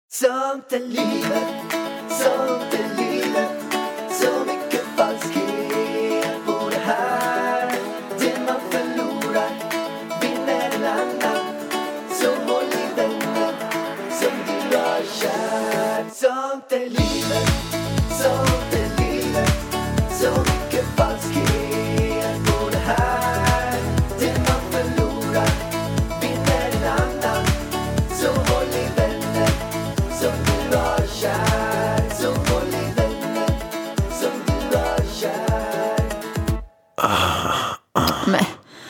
Sånt är livet, så mycket falskhet på det här. Det man förlorar vinner en annan, så håll i vänner som du har kär. Sånt är livet, så mycket falskhet på det här. Det man förlorar vinner en annan, så håll i vänner som du har kär. Så håll i vänner som du har kär. Men.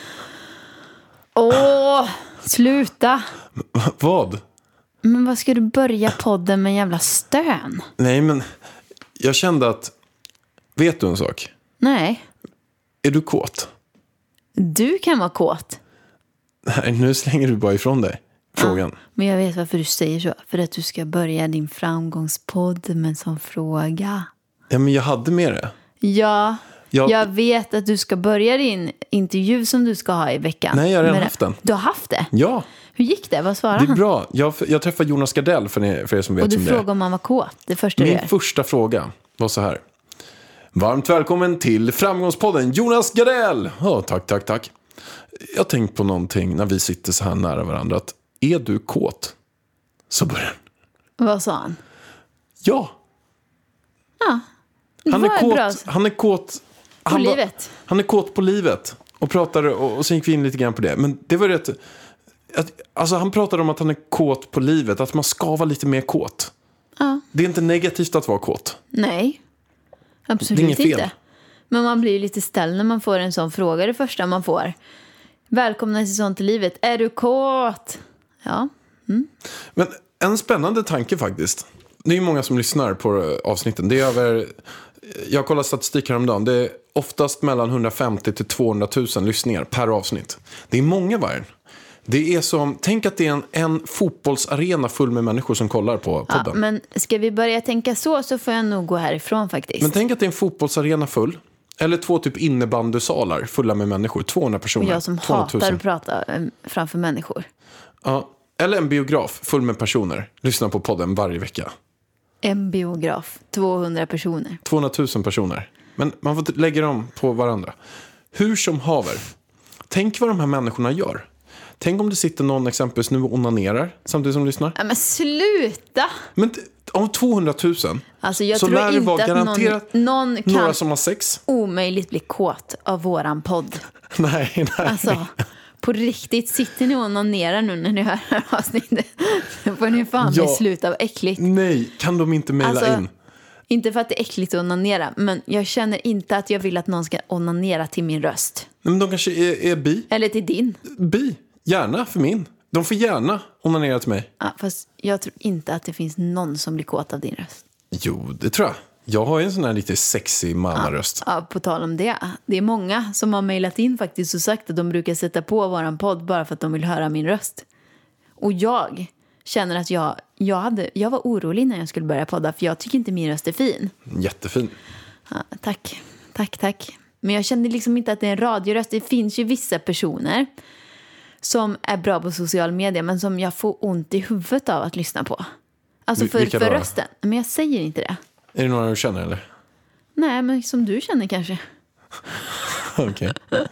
Sluta. Vad? Men vad ska du börja podden med en jävla stön? Nej, men jag kände att... Vet du en sak? Nej. Är du kåt? Du kan vara kåt. Nej, nu slänger du bara ifrån dig frågan. Ja, men jag vet varför du säger så. För att du ska börja din framgångspodd med en sån fråga. Ja, men jag hade med det. Ja, jag vet att du ska börja din intervju som du ska ha i veckan. Nej, jag har redan haft den. Du har haft det? Ja. Hur gick det? Vad svarade Det är han? bra. Jag träffade Jonas Gardell för er som vet Och du som det är. frågade om han var kåt. Det första du Min gör. första fråga var så här. Varmt välkommen till Framgångspodden, Jonas Gardell! Tack. Jag har tänkt på någonting när vi sitter så här nära varandra. Att, är du kåt? Så börjar han. Vad sa han? Ja. Ja. Han är kåt På livet. Han är kåt på livet. Och pratade, och sen gick vi in lite grann på det. Men det var rätt... Alltså han pratade om att han är kåt på livet. Att man ska vara lite mer kåt. Ja. Det är inte negativt att vara kåt. Nej, absolut Det är inget fel. inte. Men man blir lite ställd när man får en sån fråga. Det första man får. Välkomna till sånt i livet. Är du kåt? Ja. Men en spännande tanke faktiskt. Det är ju många som lyssnar på avsnitten. Det är över... Jag kollar statistik häromdagen. Det är oftast mellan 150 till 200 000 lyssningar per avsnitt. Det är många varje. Det är som... Tänk att det är en fotbollsarena full med människor som kollar på podden. Ja, men ska vi börja tänka så får jag nog gå härifrån faktiskt. Men tänk att det är en fotbollsarena full. Eller 2 typ innebandysalar fulla med människor. 200 personer. Och jag som 200 000. hatar att prata framför människor. Ja. Eller en biograf full med personer. Lyssna på podden varje vecka. En biograf, 200 personer. 200 000 personer. Men man får lägga dem på varandra. Hur som haver. Tänk vad de här människorna gör. Tänk om det sitter någon exempelvis nu och onanerar samtidigt som lyssnar. Ja, men sluta! Men om 200 000 Alltså jag så tror lär det vara inte garanterat att någon några kan som har sex. omöjligt bli kåt av våran podd. Nej. Alltså, på riktigt, sitter ni och onanerar nu när ni hör det här avsnittet? Då får ni fan bli slut av äckligt. Nej, kan de inte mejla in? Inte för att det är äckligt att onanera, men jag känner inte att jag vill att någon ska onanera till min röst. Men de kanske är bi. Eller till din. Bi, gärna för min. De får gärna onanera till mig. Ja, fast jag tror inte att det finns någon som blir kåt av din röst. Jo, det tror jag. Jag har ju en sån här lite sexy mannaröst. Ja, på tal om det. Det är många som har mejlat in faktiskt och sagt att de brukar sätta på våran podd bara för att de vill höra min röst. Och jag känner att jag var orolig när jag skulle börja podda, för jag tycker inte min röst är fin. Jättefin. Ja, tack. Men jag kände liksom inte att det är en radioröst. Det finns ju vissa personer som är bra på social media, men som jag får ont i huvudet av att lyssna på. Alltså för rösten. Men jag säger inte det. Är det några du känner eller? Nej, men som du känner kanske. Okej.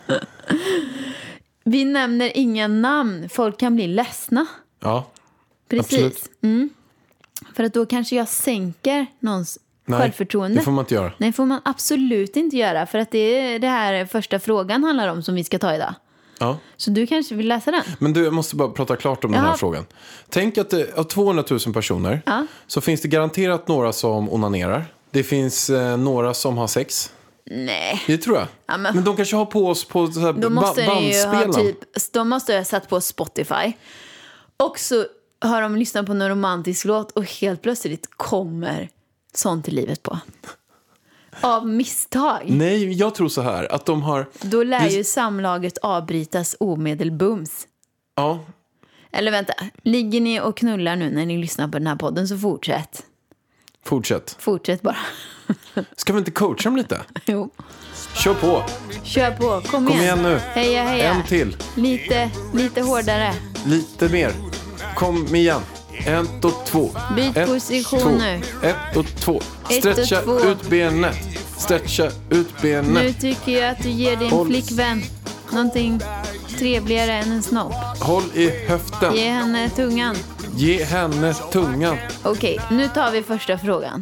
Vi nämner inga namn. Folk kan bli ledsna. Ja, precis. Absolut. För att då kanske jag sänker någons självförtroende. Det får man inte göra. Nej, får man absolut inte göra. För att det är det här första frågan handlar om som vi ska ta idag. Ja. Så du kanske vill läsa den? Men du, jag måste bara prata klart om den här frågan. Tänk att av 200 000 personer så finns det garanterat några som onanerar. Det finns några som har sex. Nej. Det tror jag. Ja, men de kanske har på oss på så här bandspelaren. De måste ha satt på Spotify. Och så har de lyssnat på en romantisk låt och helt plötsligt kommer sånt i livet på. Av misstag. Nej, jag tror så här att de har... Då lär ju samlaget avbrytas omedelbums. Ja. Eller vänta, ligger ni och knullar nu när ni lyssnar på den här podden, så fortsätt. Fortsätt bara. Ska vi inte coacha dem lite? Jo. Kör på, kom igen nu. Heja. En till. Lite hårdare. Lite mer. Kom igen. 1 och 2. Byt Ett, position två. nu. 1 och 2. Ett och Stretcha två. ut benet. Stretcha ut benet. Nu tycker jag att du ger din Håll. flickvän någonting trevligare än en snopp. Håll i höften. Ge henne tungan. Ge henne tungan. Okej, nu tar vi första frågan.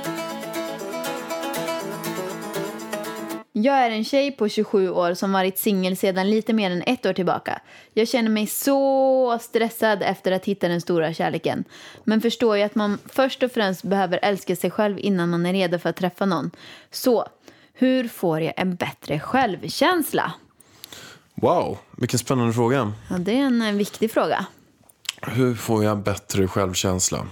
Jag är en tjej på 27 år som varit singel sedan lite mer än 1 år tillbaka. Jag känner mig så stressad efter att hitta den stora kärleken. Men förstår ju att man först och främst behöver älska sig själv innan man är redo för att träffa någon. Så, hur får jag en bättre självkänsla? Wow, vilken spännande fråga. Ja, det är en viktig fråga. Hur får jag bättre självkänsla?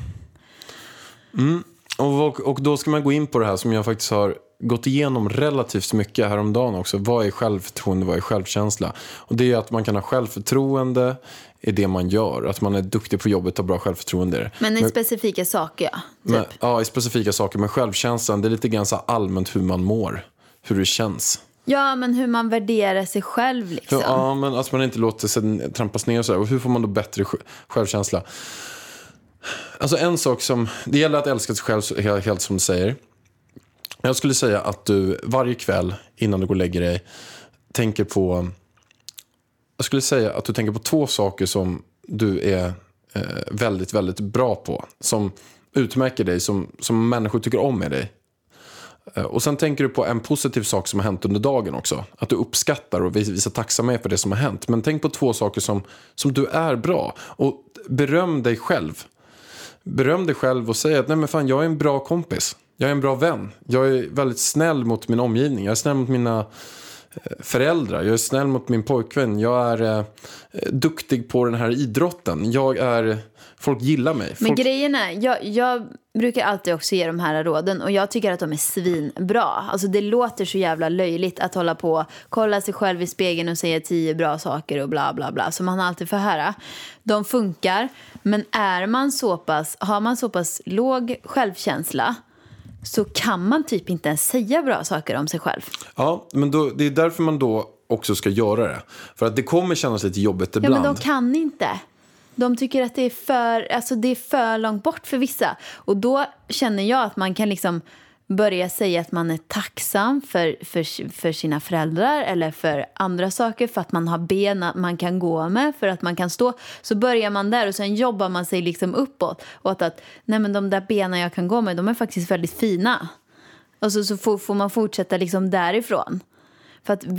Och då ska man gå in på det här som jag faktiskt har gått igenom relativt mycket häromdagen också. Vad är självförtroende, vad är självkänsla? Och det är att man kan ha självförtroende i det man gör. Att man är duktig på jobbet och har bra självförtroende. Men i specifika saker, ja. Typ. Ja, i specifika saker. Men självkänslan, det är lite grann så allmänt hur man mår. Hur det känns. Ja, men hur man värderar sig själv liksom. Ja, men att man inte låter sig trampas ner och så här. Och hur får man då bättre självkänsla? Alltså en sak som... Det gäller att älska sig själv helt som du säger. Jag skulle säga att du varje kväll innan du går och lägger dig tänker på... Jag skulle säga att du tänker på 2 saker som du är väldigt, väldigt bra på. Som utmärker dig, som människor tycker om med dig. Och sen tänker du på en positiv sak som har hänt under dagen också. Att du uppskattar och visar tacksamhet för det som har hänt. Men tänk på 2 saker som du är bra. Och beröm dig själv. Beröm dig själv och säg att nej men fan, jag är en bra kompis. Jag är en bra vän. Jag är väldigt snäll mot min omgivning. Jag är snäll mot mina föräldrar. Jag är snäll mot min pojkvän. Jag är duktig på den här idrotten. Folk gillar mig. Men grejen är, jag brukar alltid också ge de här råden. Och jag tycker att de är svinbra. Alltså det låter så jävla löjligt att hålla på, kolla sig själv i spegeln och säga 10 bra saker och bla bla bla. Som man alltid får höra. De funkar. Men har man så pass låg självkänsla, så kan man typ inte ens säga bra saker om sig själv. Ja, men det är därför man då också ska göra det. För att det kommer kännas lite jobbigt ibland. Ja, men de kan inte. De tycker att det är för långt bort för vissa. Och då känner jag att man kan liksom börja säga att man är tacksam för sina föräldrar eller för andra saker, för att man har ben man kan gå med, för att man kan stå. Så börjar man där och sen jobbar man sig liksom uppåt. Och att nej, men de där benen jag kan gå med, de är faktiskt väldigt fina. Och så får man fortsätta liksom därifrån. För att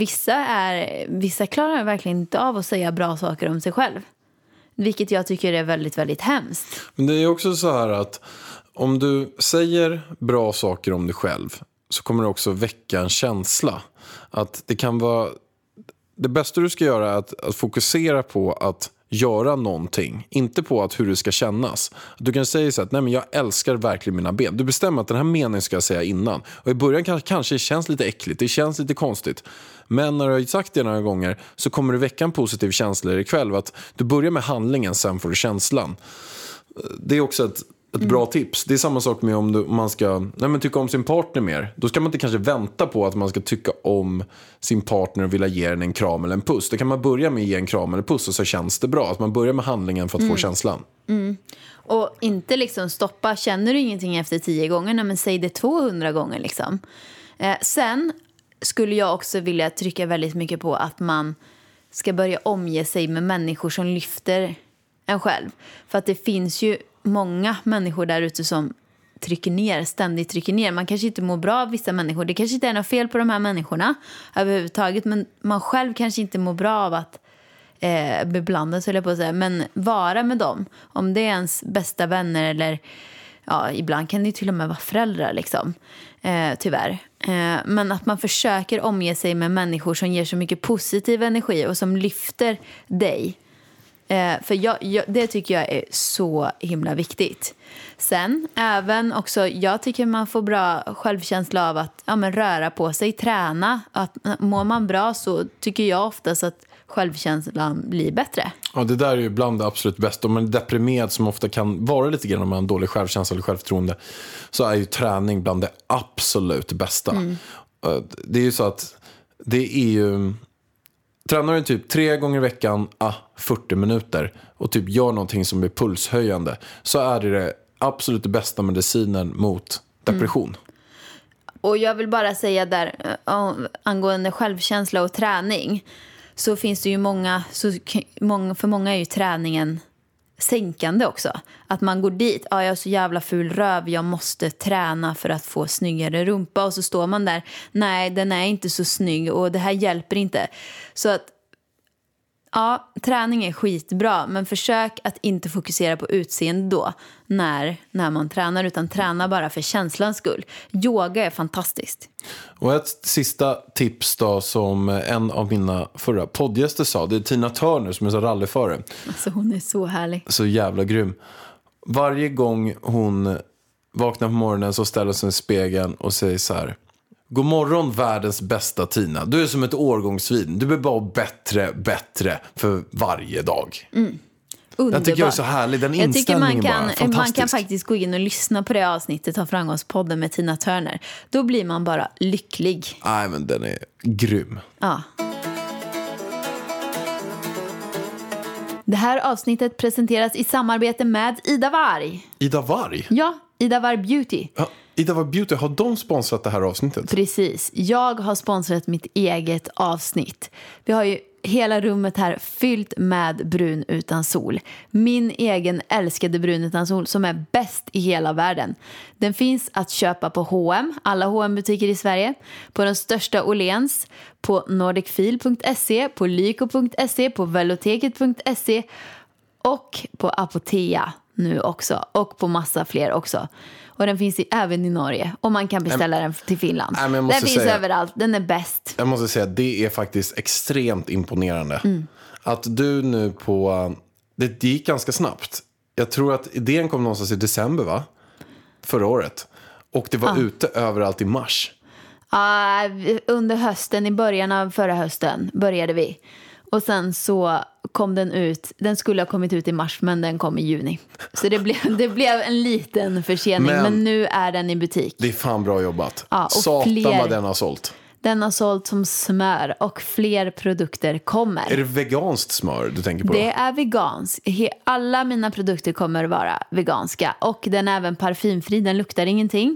vissa klarar verkligen inte av att säga bra saker om sig själv. Vilket jag tycker är väldigt, väldigt hemskt. Men det är också så här att om du säger bra saker om dig själv så kommer det också väcka en känsla. Att det kan vara... Det bästa du ska göra är att fokusera på att göra någonting. Inte på hur det ska kännas. Du kan säga så att nej, men jag älskar verkligen mina ben. Du bestämmer att den här meningen ska jag säga innan. Och i början kanske det känns lite äckligt. Det känns lite konstigt. Men när du har sagt det några gånger så kommer det väcka en positiv känsla i kväll. Att du börjar med handlingen, sen får du känslan. Det är också ett bra tips. Det är samma sak med om man ska tycka om sin partner mer. Då ska man inte kanske vänta på att man ska tycka om sin partner och vilja ge den en kram eller en puss. Då kan man börja med att ge en kram eller puss och så känns det bra. Att man börjar med handlingen för att få känslan. Och inte liksom stoppa. Känner du ingenting efter 10 gånger? Nej, men säg det 200 gånger liksom. Sen skulle jag också vilja trycka väldigt mycket på att man ska börja omge sig med människor som lyfter en själv. För att det finns ju många människor där ute som ständigt trycker ner. Man kanske inte mår bra av vissa människor. Det kanske inte är något fel på de här människorna överhuvudtaget. Men man själv kanske inte mår bra av att beblanda sig, på att säga. Men vara med dem. Om det är ens bästa vänner eller ibland kan det till och med vara föräldrar liksom. Tyvärr. Men att man försöker omge sig med människor som ger så mycket positiv energi och som lyfter dig. För det tycker jag är så himla viktigt. Sen även också, jag tycker man får bra självkänsla av att röra på sig, träna. Att mår man bra så tycker jag oftast att självkänslan blir bättre. Ja, det där är ju bland det absolut bästa. Om man är deprimerad, som ofta kan vara lite grann om man har en dålig självkänsla eller självförtroende, så är ju träning bland det absolut bästa. Det är ju så att det är ju... Tränar du typ 3 gånger i veckan, 40 minuter och typ gör någonting som är pulshöjande, så är det absolut bästa medicinen mot depression. Och jag vill bara säga där angående självkänsla och träning, så finns det ju för många är ju träningen sänkande också. Att man går dit, jag är så jävla ful röv, jag måste träna för att få snyggare rumpa. Och så står man där, nej den är inte så snygg och det här hjälper inte. Så att träning är skitbra, men försök att inte fokusera på utseende då när man tränar, utan träna bara för känslans skull. Yoga är fantastiskt. Och ett sista tips då, som en av mina förra poddgäster sa, det är Tina Turner som är så rallyförare. Alltså hon är så härlig. Så jävla grym. Varje gång hon vaknar på morgonen så ställer sig i spegeln och säger så här: God morgon världens bästa Tina. Du är som ett årgångsvin. Du blir bara bättre för varje dag. Underbar. Jag tycker jag är så härlig. Den inställningen bara fantastisk. Man kan faktiskt gå in och lyssna på det avsnittet av Framgångspodden med Tina Turner. Då blir man bara lycklig. Nej, men den är grym. Ja. Det här avsnittet presenteras i samarbete med Ida Warg. Ida Warg? Ja, Ida Warg Beauty. Ja, Ida Warg Beauty, har de sponsrat det här avsnittet? Precis. Jag har sponsrat mitt eget avsnitt. Vi har ju hela rummet här fyllt med brun utan sol. Min egen älskade brun utan sol som är bäst i hela världen. Den finns att köpa på H&M, alla H&M-butiker i Sverige, på den största Åhléns, på nordicfil.se, på lyko.se, på veloteket.se och på Apotea nu också, och på massa fler också. Och den finns även i Norge. Och man kan beställa den till Finland. Den finns överallt. Den är bäst. Jag måste säga, det är faktiskt extremt imponerande. Att du nu på... Det gick ganska snabbt. Jag tror att idén kom någonstans i december, va? Förra året. Och det var ute överallt i mars. Under hösten, i början av förra hösten började vi. Och sen så kom den ut. Den skulle ha kommit ut i mars, men den kom i juni. Så det blev en liten försening. Men nu är den i butik. Det är fan bra jobbat. Ja, och Satan vad den har sålt. Den har sålt som smör och fler produkter kommer. Är det veganskt smör du tänker på? Det är veganskt. Alla mina produkter kommer vara veganska. Och den är även parfymfri, den luktar ingenting.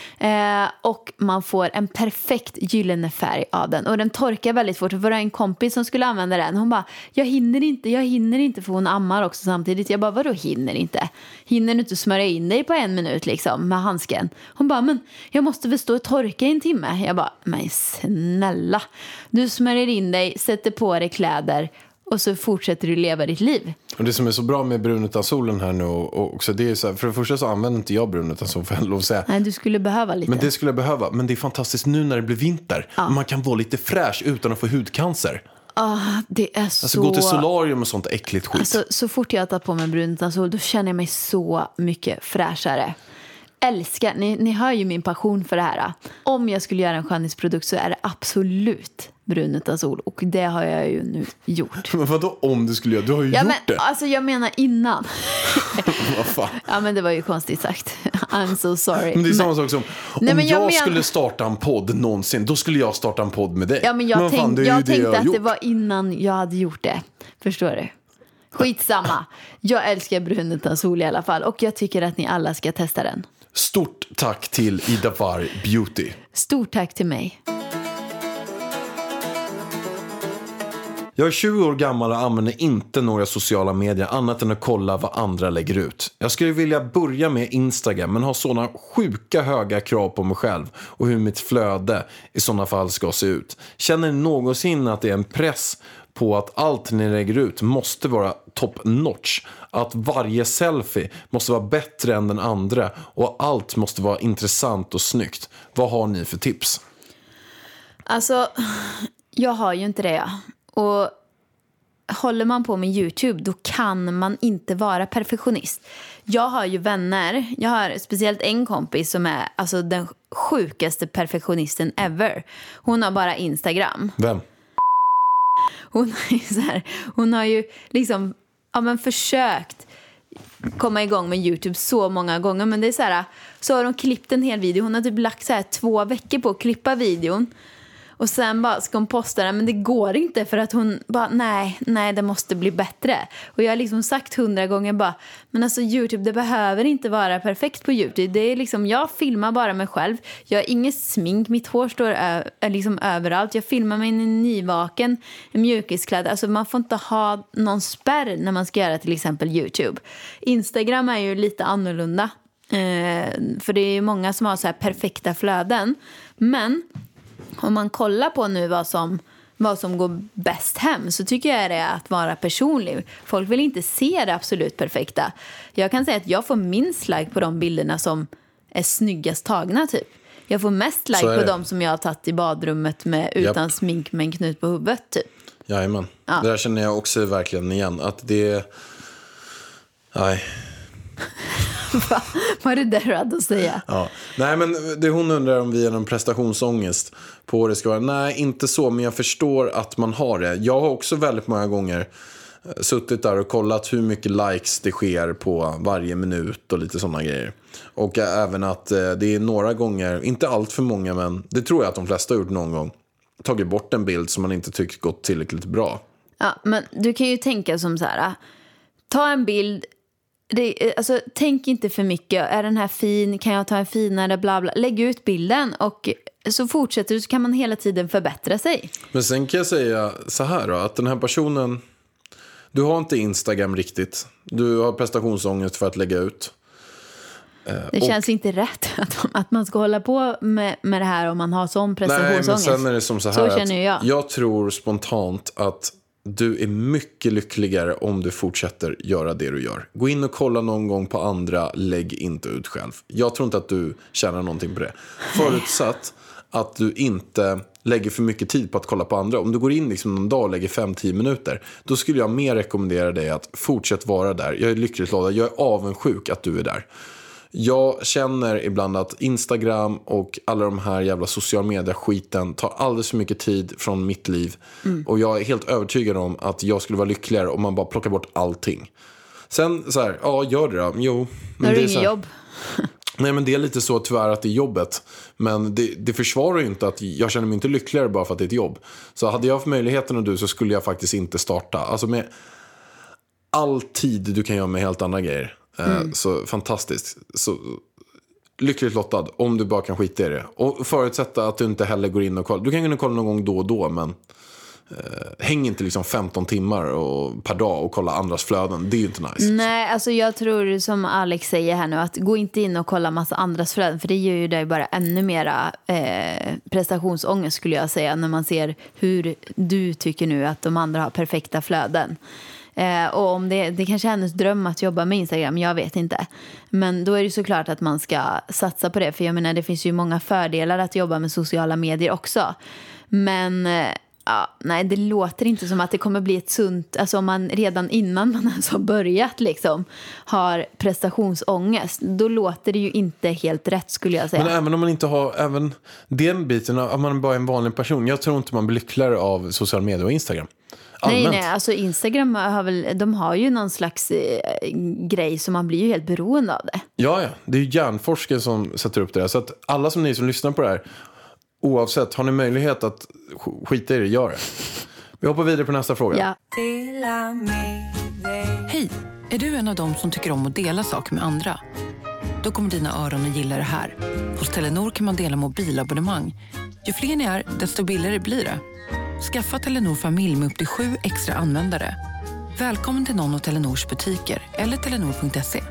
Och man får en perfekt gyllene färg av den. Och den torkar väldigt fort. Det var en kompis som skulle använda den. Hon bara, jag hinner inte, för hon ammar också samtidigt. Jag bara, vadå hinner inte? Hinner du inte smörja in dig på 1 minut liksom med handsken? Hon bara, men jag måste väl stå och torka i 1 timme. Jag bara, men snälla. Du smörjer in dig, sätter på dig kläder och så fortsätter du leva ditt liv. Och det som är så bra med brun utan solen här nu och också, det är så här, för det första så använder inte jag brun utan sol, för jag lov att säga. Nej, du skulle behöva lite. Men det skulle jag behöva. Men det är fantastiskt nu när det blir vinter. Ja. Man kan vara lite fräsch utan att få hudcancer. Det är så... Alltså gå till solarium och sånt äckligt skit. Alltså, så fort jag tar på mig brun utan sol, då känner jag mig så mycket fräschare. Älskar, ni hör ju min passion för det här. Om jag skulle göra en skönhetsprodukt så är det absolut brun utan sol. Och det har jag ju nu gjort. Men vadå om du skulle göra? Du har ju gjort det. Alltså jag menar innan. Vad fan? Ja, men det var ju konstigt sagt. I'm so sorry. Men det är samma sak som om jag skulle starta en podd någonsin, då skulle jag starta en podd med dig. Ja, men jag tänkte att det var innan jag hade gjort det. Förstår du? Skitsamma. Jag älskar brun utan sol i alla fall. Och jag tycker att ni alla ska testa den. Stort tack till Ida Warg Beauty. Stort tack till mig. Jag är 20 år gammal och använder inte några sociala medier annat än att kolla vad andra lägger ut. Jag skulle vilja börja med Instagram, men har sådana sjuka höga krav på mig själv och hur mitt flöde i sådana fall ska se ut. Känner ni någonsin att det är en press på att allt ni lägger ut måste vara top notch? Att varje selfie måste vara bättre än den andra och allt måste vara intressant och snyggt. Vad har ni för tips? Alltså, jag har ju inte det. Och håller man på med YouTube, då kan man inte vara perfektionist. Jag har ju vänner, jag har speciellt en kompis som är alltså den sjukaste perfektionisten ever. Hon har bara Instagram. Vem? Hon har ju liksom försökt komma igång med YouTube så många gånger, men det är så har de klippt en hel video. Hon har typ lagt 2 veckor på att klippa videon. Och sen bara ska hon posta det, men det går inte för att hon bara, nej, det måste bli bättre. Och jag har liksom sagt 100 gånger bara, men alltså YouTube, det behöver inte vara perfekt på YouTube. Det är liksom, jag filmar bara mig själv. Jag har inget smink, mitt hår står liksom överallt. Jag filmar mig nyvaken, mjukisklädd. Alltså man får inte ha någon spärr när man ska göra till exempel YouTube. Instagram är ju lite annorlunda. För det är ju många som har så här perfekta flöden. Men om man kollar på nu vad som går bäst hem, så tycker jag det är att vara personlig. Folk vill inte se det absolut perfekta. Jag kan säga att jag får minst like på de bilderna som är snyggast tagna typ. Jag får mest like på de som jag har tagit i badrummet med utan smink med en knut på huvudet typ. Jajamän. Det där känner jag också verkligen igen. Att det... Nej. Vad är det där du hade att säga? Ja. Nej, men det hon undrar om vi är någon prestationsångest på det ska vara. Nej, inte så, men jag förstår att man har det. Jag har också väldigt många gånger suttit där och kollat hur mycket likes det sker på varje minut och lite sådana grejer. Och även att det är några gånger, inte allt för många, men det tror jag att de flesta har gjort någon gång, tagit bort en bild som man inte tycker gått tillräckligt bra. Ja, men du kan ju tänka som så här, ta en bild. Alltså, tänk inte för mycket. Är den här fin? Kan jag ta en finare? Bla bla. Lägg ut bilden och så fortsätter du, så kan man hela tiden förbättra sig. Men sen kan jag säga så här då, att den här personen, du har inte Instagram riktigt. Du har prestationsångest för att lägga ut. Det känns inte rätt att man ska hålla på med det här om man har sån prestationsångest. Nej, men sen är det som så här, så känner jag tror spontant att du är mycket lyckligare om du fortsätter göra det du gör. Gå in och kolla någon gång på andra, lägg inte ut själv. Jag tror inte att du tjänar någonting på det. Förutsatt att du inte lägger för mycket tid på att kolla på andra. Om du går in liksom någon dag och lägger 5-10 minuter, då skulle jag mer rekommendera dig att fortsätta vara där. Jag är lyckligt glad, jag är avundsjuk att du är där. Jag känner ibland att Instagram och alla de här jävla social media-skiten tar alldeles för mycket tid från mitt liv. Och jag är helt övertygad om att jag skulle vara lyckligare om man bara plockar bort allting. Sen så här, ja, gör det då. Jo, men det är inget jobb. Nej, men det är lite så tyvärr att det är jobbet. Men det försvarar ju inte att jag känner mig inte lyckligare bara för att det är ett jobb. Så hade jag haft möjligheten och du, så skulle jag faktiskt inte starta. Alltså med all tid du kan göra med helt andra grejer. Så fantastiskt. Så lyckligt lottad om du bara kan skita i det. Och förutsätta att du inte heller går in och kollar. Du kan kunna kolla någon gång då och då, men häng inte liksom 15 timmar per dag och kolla andras flöden. Det är ju inte nice. Nej, alltså jag tror som Alex säger här nu, att gå inte in och kolla massa andras flöden, för det gör ju dig bara ännu mera prestationsångest skulle jag säga, när man ser hur du tycker nu att de andra har perfekta flöden. Och om det kanske är hennes dröm att jobba med Instagram, jag vet inte. Men då är det såklart att man ska satsa på det. För jag menar, det finns ju många fördelar att jobba med sociala medier också. Men nej, det låter inte som att det kommer bli ett sunt... Alltså om man redan innan man alltså börjat liksom har prestationsångest, då låter det ju inte helt rätt skulle jag säga. Men även om man inte har även den biten, om man bara är en vanlig person, jag tror inte man blir lyckligare av sociala medier och Instagram. Allmänt. Nej, alltså Instagram de har ju någon slags grej som man blir ju helt beroende av det. Ja, det är ju hjärnforskare som sätter upp det där. Så att alla som ni som lyssnar på det här, oavsett, har ni möjlighet att skita i det, gör det. Vi hoppar vidare på nästa fråga. Ja. Hej, är du en av dem som tycker om att dela saker med andra? Då kommer dina öron att gilla det här. Hos Telenor kan man dela mobilabonnemang. Ju fler ni är, desto billigare blir det. Skaffa Telenor familj med upp till 7 extra användare. Välkommen till någon av Telenors butiker eller telenor.se.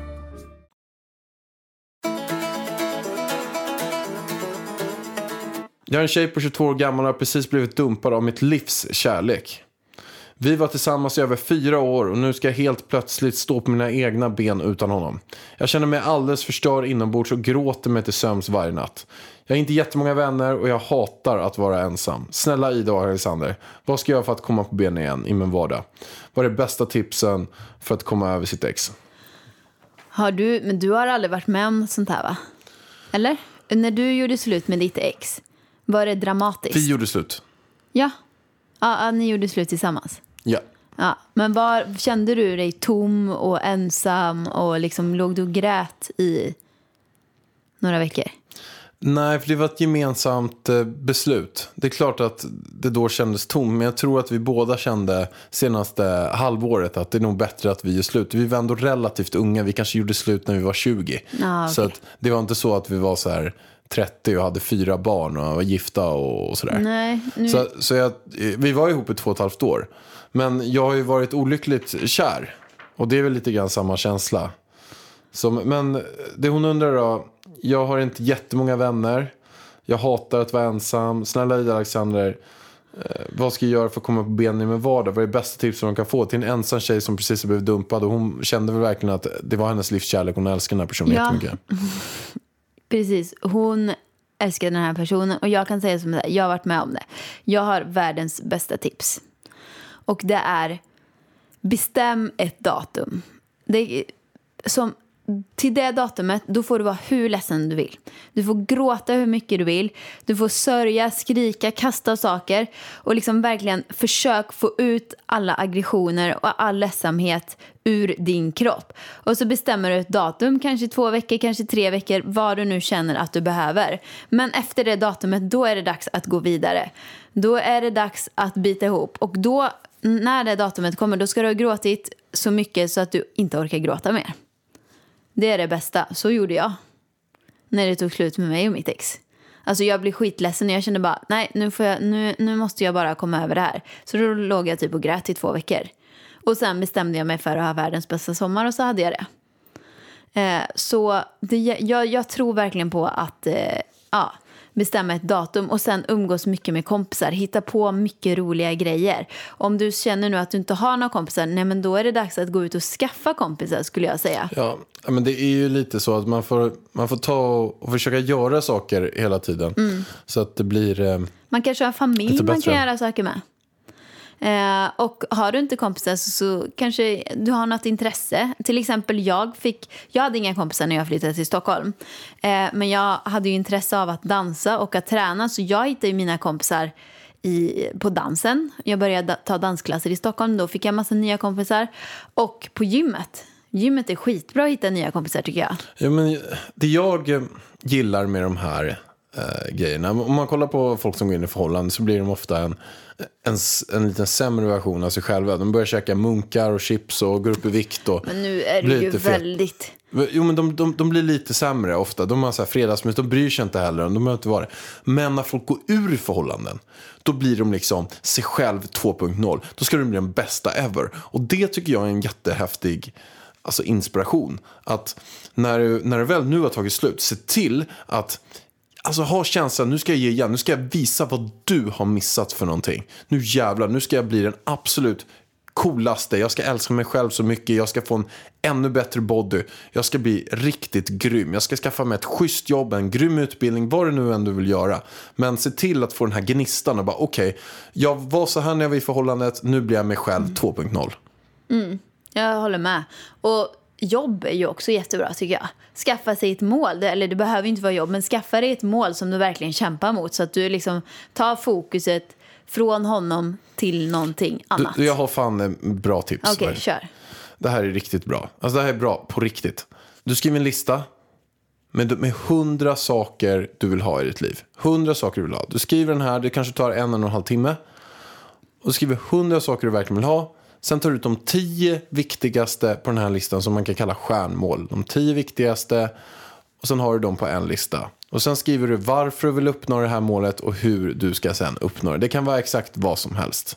Jag är en tjej på 22 år gammal och har precis blivit dumpad av mitt livs kärlek. Vi var tillsammans i över 4 år och nu ska jag helt plötsligt stå på mina egna ben utan honom. Jag känner mig alldeles förstörd inombords och gråter mig till sömns varje natt. Jag har inte jättemånga vänner och jag hatar att vara ensam. Snälla Ida och Alexander, vad ska jag göra för att komma på benen igen i min vardag? Vad är det bästa tipsen för att komma över sitt ex? Men du har aldrig varit med om sånt här, va? Eller? När du gjorde slut med ditt ex, var det dramatiskt? Vi gjorde slut. Ja, ni gjorde slut tillsammans. Ja. Men kände du dig tom och ensam och liksom låg du och grät i några veckor? Nej, för det var ett gemensamt beslut. Det är klart att det då kändes tomt, men jag tror att vi båda kände senaste halvåret att det är nog bättre att vi gör slut. Vi var ändå relativt unga, vi kanske gjorde slut när vi var 20. Ah, okay. Så att det var inte så att vi var så här 30 och hade 4 barn och var gifta och sådär. Nej. Vi var ihop i 2,5 år. Men jag har ju varit olyckligt kär. Och det är väl lite grann samma känsla. Men det hon undrar då, jag har inte jättemånga vänner. Jag hatar att vara ensam. Snälla Ida Alexander, vad ska jag göra för att komma på benen i min vardag? Vad är det bästa tips som de kan få till en ensam tjej som precis har blivit dumpad? Och hon kände väl verkligen att det var hennes livskärlek. Hon älskar den här personen jättemycket. Precis, hon älskar den här personen. Och jag kan säga som det här, jag har varit med om det. Jag har världens bästa tips. Och det är, bestäm ett datum. Till det datumet, då får du vara hur ledsen du vill. Du får gråta hur mycket du vill. Du får sörja, skrika, kasta saker. Och liksom verkligen försök få ut alla aggressioner och all ledsamhet ur din kropp. Och så bestämmer du ett datum, kanske 2 veckor, kanske 3 veckor, vad du nu känner att du behöver. Men efter det datumet, då är det dags att gå vidare. Då är det dags att bita ihop. Och då, när det datumet kommer, då ska du ha gråtit så mycket så att du inte orkar gråta mer. Det är det bästa. Så gjorde jag när det tog slut med mig och mitt ex. Alltså jag blev skitledsen och jag kände bara, nej, nu måste jag bara komma över det här. Så då låg jag typ och grät i 2 veckor. Och sen bestämde jag mig för att ha världens bästa sommar och så hade jag det. Jag tror verkligen på att bestämma ett datum och sen umgås mycket med kompisar. Hitta på mycket roliga grejer. Om du känner nu att du inte har några kompisar, nej, men då är det dags att gå ut och skaffa kompisar, skulle jag säga. Ja, men det är ju lite så att man får ta och försöka göra saker hela tiden. Så att det blir... man kanske har en familj man kan göra saker med. Och har du inte kompisar så kanske du har något intresse. Till exempel jag hade inga kompisar när jag flyttade till Stockholm. Men jag hade ju intresse av att dansa och att träna. Så jag hittade ju mina kompisar på dansen. Jag började ta dansklasser i Stockholm. Då fick jag massa nya kompisar. Och på gymmet. Gymmet är skitbra att hitta nya kompisar, tycker jag. Ja, men det jag gillar med de här grejerna. Om man kollar på folk som går in i förhållande så blir de ofta en liten sämre version av sig själva. De börjar käka munkar och chips och går upp i vikt. Men nu är det ju väldigt... Jo, men de blir lite sämre ofta. De har så här fredagsmys, de bryr sig inte heller. De behöver inte vara det. Men när folk går ur förhållanden, då blir de liksom sig själv 2.0. Då ska de bli den bästa ever. Och det tycker jag är en jättehäftig inspiration. Att när det väl nu har tagit slut, se till att ha känslan, nu ska jag ge igen. Nu ska jag visa vad du har missat för någonting. Nu jävlar, nu ska jag bli den absolut coolaste. Jag ska älska mig själv så mycket. Jag ska få en ännu bättre body. Jag ska bli riktigt grym. Jag ska skaffa mig ett schysst jobb, en grym utbildning, vad det nu än du vill göra. Men se till att få den här gnistan och bara, okej, jag var så här när jag var i förhållandet, nu blir jag mig själv 2.0. Jag håller med. Och jobb är ju också jättebra, tycker jag. Skaffa sig ett mål, eller det behöver inte vara jobb, men skaffa dig ett mål som du verkligen kämpar mot, så att du liksom tar fokuset från honom till någonting annat. Jag har fan en bra tips. Okej, kör. Det här är riktigt bra. Alltså det här är bra på riktigt. Du skriver en lista med 100 saker du vill ha i ditt liv. 100 saker du vill ha. Du skriver den här, det kanske tar 1,5 timme. Och du skriver 100 saker du verkligen vill ha. Sen tar du ut de 10 viktigaste på den här listan som man kan kalla stjärnmål. De 10 viktigaste, och sen har du dem på en lista. Och sen skriver du varför du vill uppnå det här målet och hur du ska sen uppnå det. Det kan vara exakt vad som helst.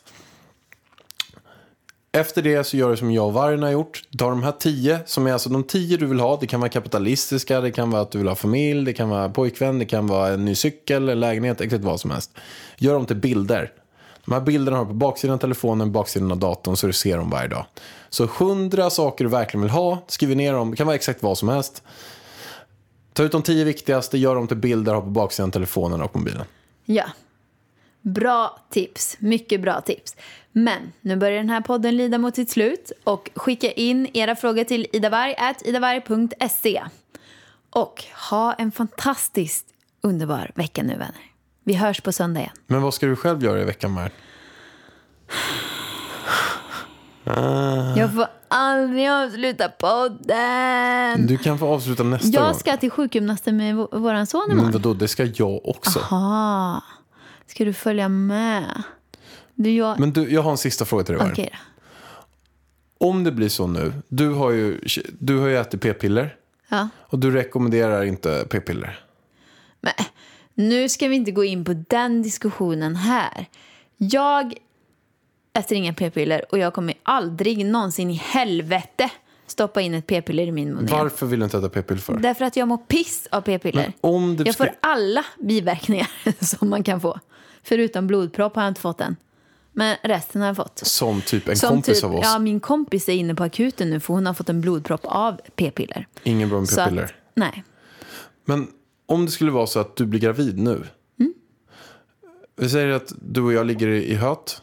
Efter det så gör du som jag och Vargen har gjort. Ta de här 10 som är alltså de 10 du vill ha. Det kan vara kapitalistiska, det kan vara att du vill ha familj, det kan vara pojkvän, det kan vara en ny cykel, lägenhet, exakt vad som helst. Gör dem till bilder. De här bilderna har du på baksidan av telefonen, baksidan av datorn, så du ser dem varje dag. Så 100 saker du verkligen vill ha, skriv ner dem. Det kan vara exakt vad som helst. Ta ut de 10 viktigaste, gör dem till bilder, ha på baksidan av telefonen och mobilen. Ja. Bra tips, mycket bra tips. Men nu börjar den här podden lida mot sitt slut. Och skicka in era frågor till idavarg@idavarg.se. Och ha en fantastiskt underbar vecka nu, vänner. Vi hörs på söndag igen. Men vad ska du själv göra i veckan, Mar? Jag får aldrig avsluta podden. Du kan få avsluta nästa gång. Jag ska till sjukgymnasten med våran son imorgon. Men vadå, det ska jag också. Aha. Ska du följa med? Men jag har en sista fråga till dig. Okej då. Om det blir så nu, du har ju ätit p-piller. Ja. Och du rekommenderar inte p-piller. Men nu ska vi inte gå in på den diskussionen här. Jag äter inga p-piller och jag kommer aldrig någonsin i helvete stoppa in ett p-piller i min mun. Varför vill du inte äta p-piller för? Därför att jag mår piss av p-piller. Jag får alla biverkningar som man kan få. Förutom blodpropp har jag inte fått än. Men resten har jag fått. Som typ en kompis av oss. Ja, min kompis är inne på akuten nu för hon har fått en blodpropp av p-piller. Ingen bra med p-piller. Nej. Men om det skulle vara så att du blir gravid nu. Vi säger att du och jag ligger i höt.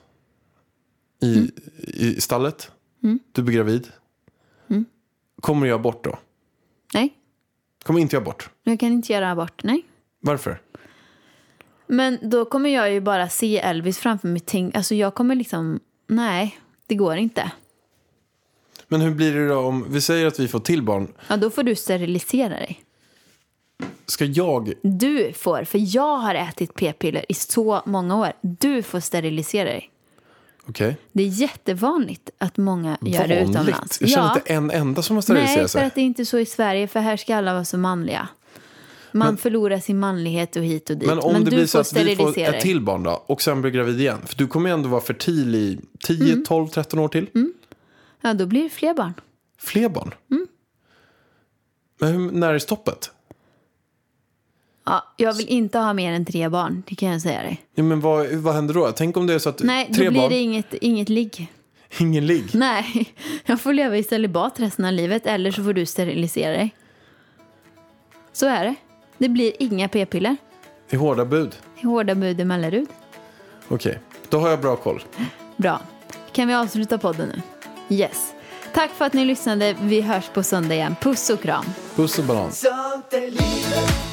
I stallet. Du blir gravid. Kommer du göra abort då? Nej. Kommer inte göra abort? Jag kan inte göra abort, nej. Varför? Men då kommer jag ju bara se Elvis framför mig. Alltså jag kommer liksom, nej, det går inte. Men hur blir det då om vi säger att vi får till barn? Ja, då får du sterilisera dig. Ska jag? Du får, för jag har ätit p-piller i så många år. Du får sterilisera dig. Okej. Det är jättevanligt att många gör det utomlands. Jag känner inte en enda som har steriliserat sig. Nej, för att det är inte så i Sverige. För här ska alla vara så manliga. Man förlorar sin manlighet och hit och dit. Men om det blir så att vi får dig. ett till barn då, och sen blir gravid igen. För du kommer ju ändå vara fertil i 10, 12, 13 år till. Ja, då blir det fler barn. Fler barn? Men när är stoppet? Ja, jag vill inte ha mer än 3 barn, det kan jag säga dig. Ja, men vad händer då? Tänk om det är så att 3 barn... Nej, då blir det inget ligg. Ingen ligg? Nej, jag får leva i celibat resten av livet. Eller så får du sterilisera dig. Så är det. Det blir inga p-piller. I hårda bud? I hårda bud i Mellerud. Okej, då har jag bra koll. Bra. Kan vi avsluta podden nu? Yes. Tack för att ni lyssnade. Vi hörs på söndag igen. Puss och kram. Puss och balans. Sånt är livet.